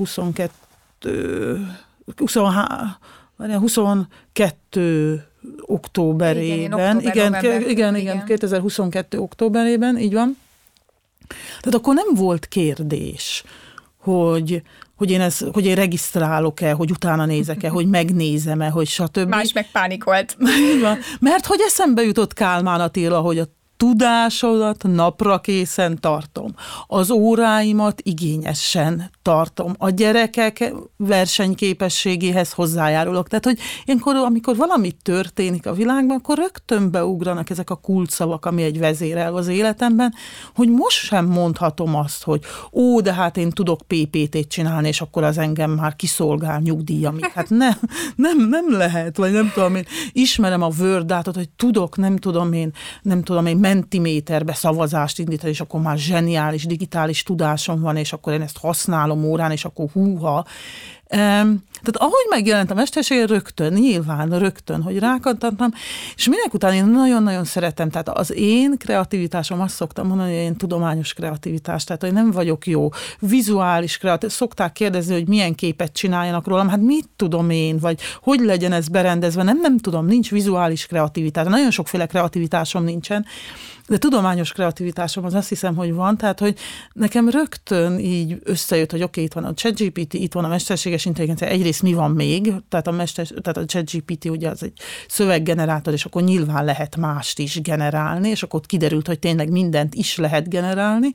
2022 októberében. Igen, 2022 októberében, így van. Tehát akkor nem volt kérdés, hogy én regisztrálok-e, hogy utána nézek-e, hogy megnézem-e, hogy stb. Más meg pánikolt. Mert hogy eszembe jutott Kálmán Attila, hogy a tudásodat napra készen tartom. Az óráimat igényesen tartom. A gyerekek versenyképességéhez hozzájárulok. Tehát, hogy ilyenkor, amikor valami történik a világban, akkor rögtön beugranak ezek a kulcsszavak, ami egy vezérel az életemben, hogy most sem mondhatom azt, hogy de hát én tudok PPT-t csinálni, és akkor az engem már kiszolgál nyugdíjamig. Hát nem lehet, vagy nem tudom én. Ismerem a Word dátot, hogy tudok, nem tudom én mentiméterbe szavazást indítani, és akkor már zseniális digitális tudásom van, és akkor én ezt használom órán, és akkor húha. Tehát ahogy megjelent a mesterség, rögtön, hogy rákattantam, és minek után én nagyon-nagyon szeretem, tehát az én kreativitásom, azt szoktam mondani, hogy én tudományos kreativitás, tehát hogy nem vagyok jó, vizuális kreativitás, szokták kérdezni, hogy milyen képet csináljanak rólam, hát mit tudom én, vagy hogy legyen ez berendezve, nem tudom, nincs vizuális kreativitás, nagyon sokféle kreativitásom nincsen, de tudományos kreativitásom az azt hiszem, hogy van, tehát, hogy nekem rögtön így összejött, hogy oké, itt van a ChatGPT, itt van a mesterséges intelligencia, egyrészt mi van még, tehát a ChatGPT ugye az egy szöveggenerátor, és akkor nyilván lehet mást is generálni, és akkor ott kiderült, hogy tényleg mindent is lehet generálni.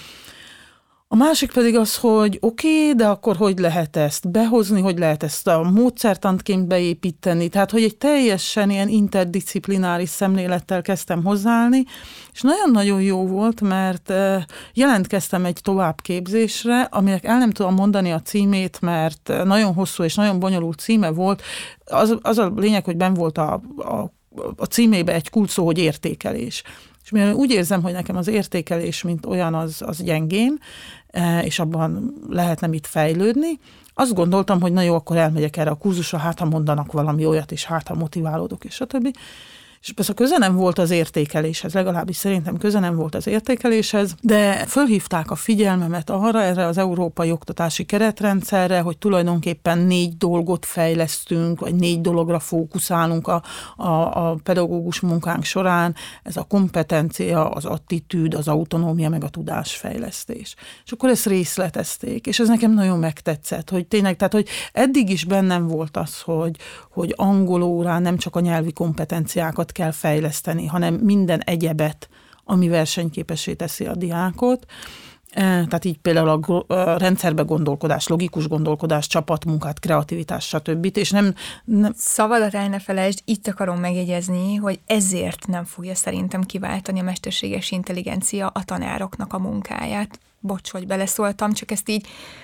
A másik pedig az, hogy oké, de akkor hogy lehet ezt behozni, hogy lehet ezt a módszertanként beépíteni, tehát hogy egy teljesen ilyen interdisziplináris szemlélettel kezdtem hozzáállni, és nagyon-nagyon jó volt, mert jelentkeztem egy továbbképzésre, aminek el nem tudom mondani a címét, mert nagyon hosszú és nagyon bonyolult címe volt. Az a lényeg, hogy benn volt a címébe egy kulcsszó, hogy értékelés. És mivel úgy érzem, hogy nekem az értékelés, mint olyan, az gyengém, és abban lehetne mit fejlődni, azt gondoltam, hogy na jó, akkor elmegyek erre a kurzusra, hát ha mondanak valami olyat, és hát ha motiválódok, és stb. És persze köze nem volt az értékeléshez, legalábbis szerintem köze nem volt az értékeléshez, de fölhívták a figyelmemet erre az európai oktatási keretrendszerre, hogy tulajdonképpen 4 dolgot fejlesztünk, vagy 4 dologra fókuszálunk a pedagógus munkánk során. Ez a kompetencia, az attitűd, az autonómia, meg a tudásfejlesztés. És akkor ezt részletezték, és ez nekem nagyon megtetszett, hogy tényleg, tehát hogy eddig is bennem volt az, hogy angol órán nem csak a nyelvi kompetenciákat kell fejleszteni, hanem minden egyebet, ami versenyképessé teszi a diákot. Tehát így például a rendszerbe gondolkodás, logikus gondolkodás, csapatmunkát, kreativitás, stb. És nem... Szavadat el ne felejtsd, itt akarom megjegyezni, hogy ezért nem fogja szerintem kiváltani a mesterséges intelligencia a tanároknak a munkáját. Bocs, hogy beleszóltam, csak ezt így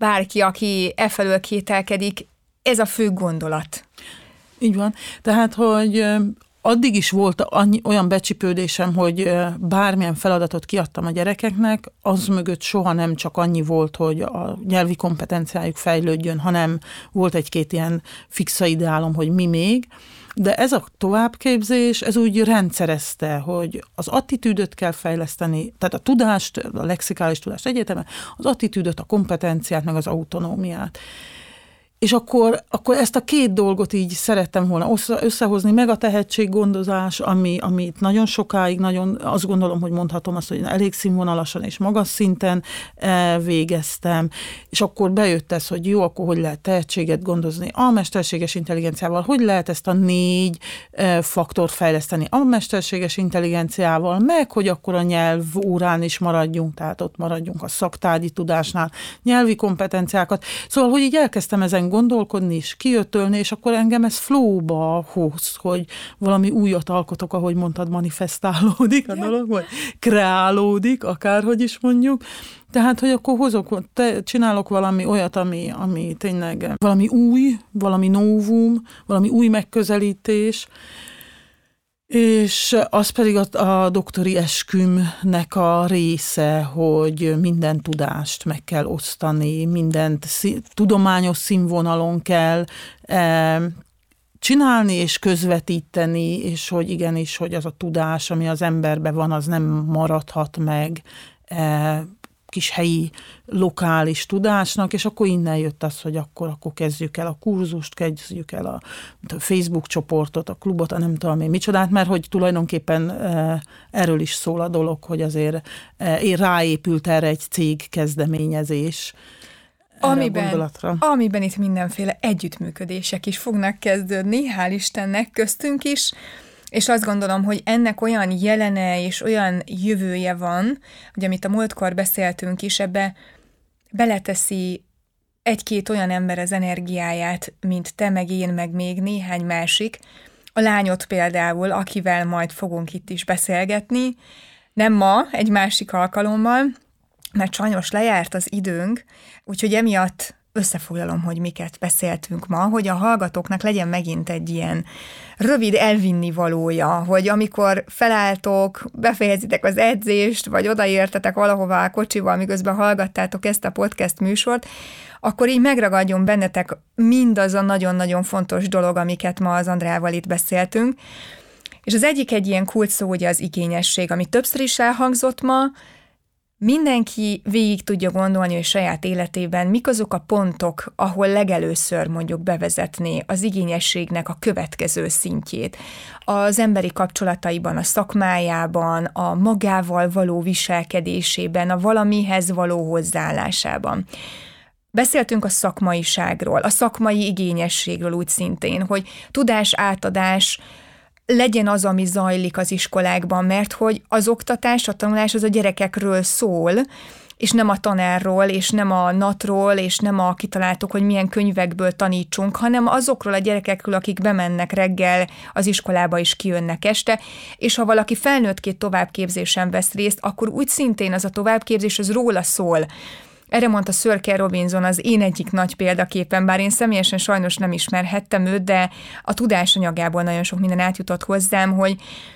bárki, aki efelől kételkedik, ez a fő gondolat. Így van. Tehát, hogy addig is volt olyan becsipődésem, hogy bármilyen feladatot kiadtam a gyerekeknek, az mögött soha nem csak annyi volt, hogy a nyelvi kompetenciájuk fejlődjön, hanem volt egy-két ilyen fixa ideálom, hogy mi még. De ez a továbbképzés, ez úgy rendszerezte, hogy az attitűdöt kell fejleszteni, tehát a tudást, a lexikális tudást egyetemen, az attitűdöt, a kompetenciát, meg az autonómiát. És akkor ezt a két dolgot így szerettem volna összehozni, meg a tehetséggondozás, amit nagyon sokáig, nagyon azt gondolom, hogy mondhatom azt, hogy elég színvonalasan és magas szinten végeztem, és akkor bejött ez, hogy jó, akkor hogy lehet tehetséget gondozni a mesterséges intelligenciával, hogy lehet ezt a 4 faktort fejleszteni a mesterséges intelligenciával, meg hogy akkor a nyelv órán is maradjunk, tehát ott maradjunk a szaktárgyi tudásnál, nyelvi kompetenciákat. Szóval, hogy így elkezdtem ezen gondolkodni és kiötölni, és akkor engem ez flowba hoz, hogy valami újat alkotok, ahogy mondtad, manifestálódik a dolog, vagy kreálódik, akárhogy is mondjuk. Tehát, hogy akkor csinálok valami olyat, ami tényleg valami új, valami novum, valami új megközelítés, és az pedig a doktori eskümnek a része, hogy minden tudást meg kell osztani, mindent tudományos színvonalon kell csinálni és közvetíteni, és hogy igenis, hogy az a tudás, ami az emberben van, az nem maradhat meg kis helyi, lokális tudásnak, és akkor innen jött az, hogy akkor kezdjük el a kurzust, kezdjük el a Facebook csoportot, a klubot, a nem tudom én micsodát, mert hogy tulajdonképpen erről is szól a dolog, hogy azért ráépült erre egy cég kezdeményezés. Amiben itt mindenféle együttműködések is fognak kezdődni, hál' Istennek, köztünk is, és azt gondolom, hogy ennek olyan jelene és olyan jövője van, hogy amit a múltkor beszéltünk is, ebbe beleteszi egy-két olyan ember az energiáját, mint te, meg én, meg még néhány másik. A lányot például, akivel majd fogunk itt is beszélgetni, nem ma, egy másik alkalommal, mert sajnos lejárt az időnk, úgyhogy emiatt összefoglalom, hogy miket beszéltünk ma, hogy a hallgatóknak legyen megint egy ilyen rövid elvinni valója, hogy amikor felálltok, befejezitek az edzést, vagy odaértetek valahová a kocsival, miközben hallgattátok ezt a podcast műsort, akkor így megragadjon bennetek mindaz a nagyon-nagyon fontos dolog, amiket ma az Andrával itt beszéltünk. És az egyik egy ilyen kulcs szó, ugye az igényesség, ami többször is elhangzott ma. Mindenki végig tudja gondolni, hogy saját életében mik azok a pontok, ahol legelőször mondjuk bevezetné az igényességnek a következő szintjét. Az emberi kapcsolataiban, a szakmájában, a magával való viselkedésében, a valamihez való hozzáállásában. Beszéltünk a szakmaiságról, a szakmai igényességről úgy szintén, hogy tudás átadás legyen az, ami zajlik az iskolákban, mert hogy az oktatás, a tanulás az a gyerekekről szól, és nem a tanárról, és nem a NAT-ról, és nem a kitaláltuk, hogy milyen könyvekből tanítsunk, hanem azokról a gyerekekről, akik bemennek reggel az iskolába és kijönnek este, és ha valaki felnőttként továbbképzésen vesz részt, akkor úgy szintén az a továbbképzés az róla szól. Erre mondta Sir Ken Robinson, az én egyik nagy példaképen, bár én személyesen sajnos nem ismerhettem őt, de a tudásanyagából nagyon sok minden átjutott hozzám, hogy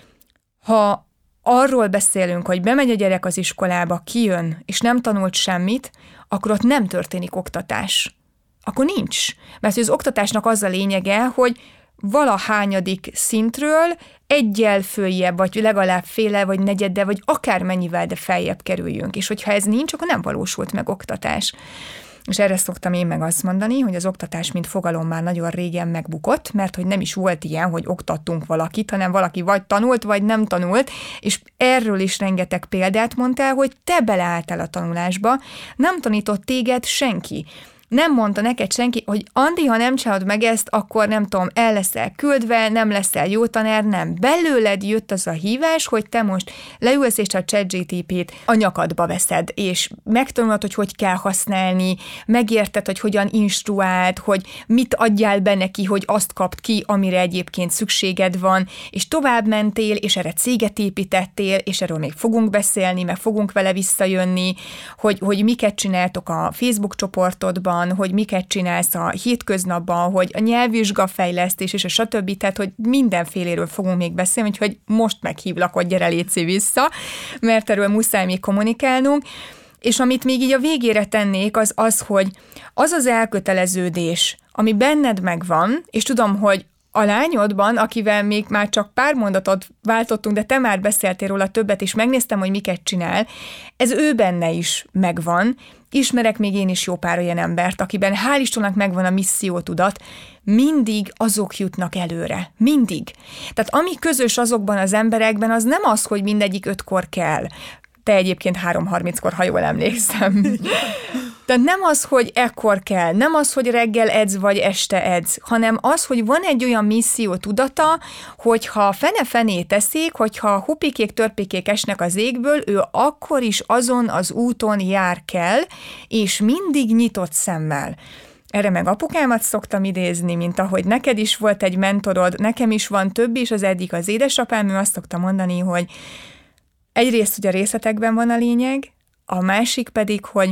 ha arról beszélünk, hogy bemegy a gyerek az iskolába, kijön, és nem tanult semmit, akkor ott nem történik oktatás. Akkor nincs. Mert az oktatásnak az a lényege, hogy valahányadik szintről egyel följebb, vagy legalább féle, vagy negyeddel, vagy akármennyivel, de feljebb kerüljünk. És hogyha ez nincs, akkor nem valósult meg oktatás. És erre szoktam én meg azt mondani, hogy az oktatás mint fogalom már nagyon régen megbukott, mert hogy nem is volt ilyen, hogy oktattunk valakit, hanem valaki vagy tanult, vagy nem tanult, és erről is rengeteg példát mondtál, hogy te beleálltál a tanulásba, nem tanított téged senki. nem mondta neked senki, hogy Andi, ha nem csinálod meg ezt, akkor nem tudom, el leszel küldve, nem leszel jó tanár, nem. Belőled jött az a hívás, hogy te most leülsz és a ChatGPT-t a nyakadba veszed, és megtanulod, hogy kell használni, megérted, hogy hogyan instruáld, hogy mit adjál be neki, hogy azt kapd ki, amire egyébként szükséged van, és tovább mentél, és erre céget építettél, és erről még fogunk beszélni, meg fogunk vele visszajönni, hogy miket csináltok a Facebook csoportodban, hogy miket csinálsz a hétköznapban, hogy a nyelvvizsgafejlesztés és a stb. Tehát, hogy mindenféléről fogunk még beszélni, úgyhogy most meghívlak, hogy gyere léci vissza, mert erről muszáj még kommunikálnunk. És amit még így a végére tennék, az, hogy az az elköteleződés, ami benned megvan, és tudom, hogy a lányodban, akivel még már csak pár mondatot váltottunk, de te már beszéltél róla többet, és megnéztem, hogy miket csinál, ez ő benne is megvan. Ismerek még én is jó pár olyan embert, akiben hál' Istennek megvan a missziótudat, mindig azok jutnak előre. Mindig. Tehát ami közös azokban az emberekben, az nem az, hogy mindegyik 5-kor kell. Te egyébként 3:30-kor, ha jól emlékszem. Tehát nem az, hogy ekkor kell, nem az, hogy reggel edz vagy este edz, hanem az, hogy van egy olyan misszió tudata, hogyha fene-fené teszik, hogyha hupikék, törpikék esnek az égből, ő akkor is azon az úton jár kell, és mindig nyitott szemmel. Erre meg apukámat szoktam idézni, mint ahogy neked is volt egy mentorod, nekem is van több is, az egyik az édesapám, ő azt szokta mondani, hogy egyrészt ugye a részletekben van a lényeg, a másik pedig, hogy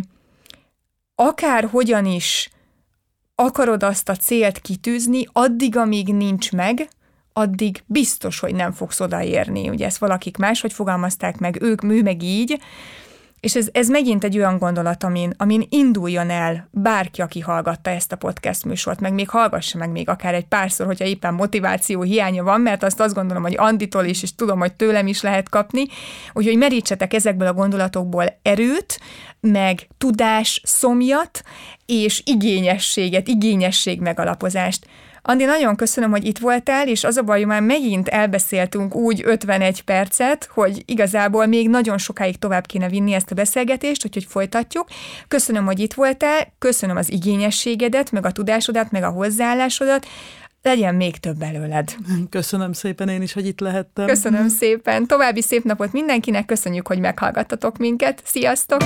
akár hogyan is akarod azt a célt kitűzni, addig, amíg nincs meg, addig biztos, hogy nem fogsz odaérni. Ugye ezt valakik máshogy fogalmazták meg, ő meg így, és ez megint egy olyan gondolat, amin induljon el bárki, aki hallgatta ezt a podcast műsort, meg még hallgassa meg még akár egy párszor, hogyha éppen motiváció hiánya van, mert azt gondolom, hogy Anditól is, és tudom, hogy tőlem is lehet kapni, úgyhogy merítsetek ezekből a gondolatokból erőt, meg tudás, szomjat, és igényesség megalapozást. Andi, nagyon köszönöm, hogy itt voltál, és az a baj, hogy már megint elbeszéltünk úgy 51 percet, hogy igazából még nagyon sokáig tovább kéne vinni ezt a beszélgetést, úgyhogy folytatjuk. Köszönöm, hogy itt voltál, köszönöm az igényességedet, meg a tudásodat, meg a hozzáállásodat, legyen még több belőled. Köszönöm szépen én is, hogy itt lehettem. Köszönöm szépen, további szép napot mindenkinek, köszönjük, hogy meghallgattatok minket, sziasztok!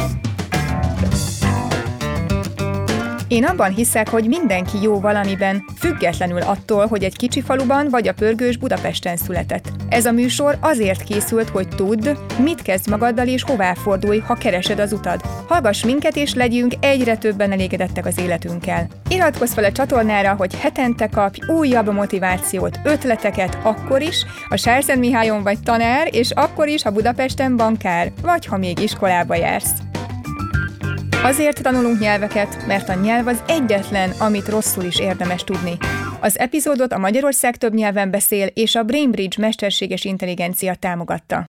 Én abban hiszek, hogy mindenki jó valamiben, függetlenül attól, hogy egy kicsi faluban vagy a pörgős Budapesten született. Ez a műsor azért készült, hogy tudd, mit kezd magaddal és hová fordulj, ha keresed az utad. Hallgass minket és legyünk egyre többen elégedettek az életünkkel. Iratkozz fel a csatornára, hogy hetente kapj újabb motivációt, ötleteket akkor is, ha Sárszentmihályon vagy tanár, és akkor is, ha Budapesten bankár, vagy ha még iskolába jársz. Azért tanulunk nyelveket, mert a nyelv az egyetlen, amit rosszul is érdemes tudni. Az epizódot a Magyarország több nyelven beszél és a BrainBridge mesterséges intelligencia támogatta.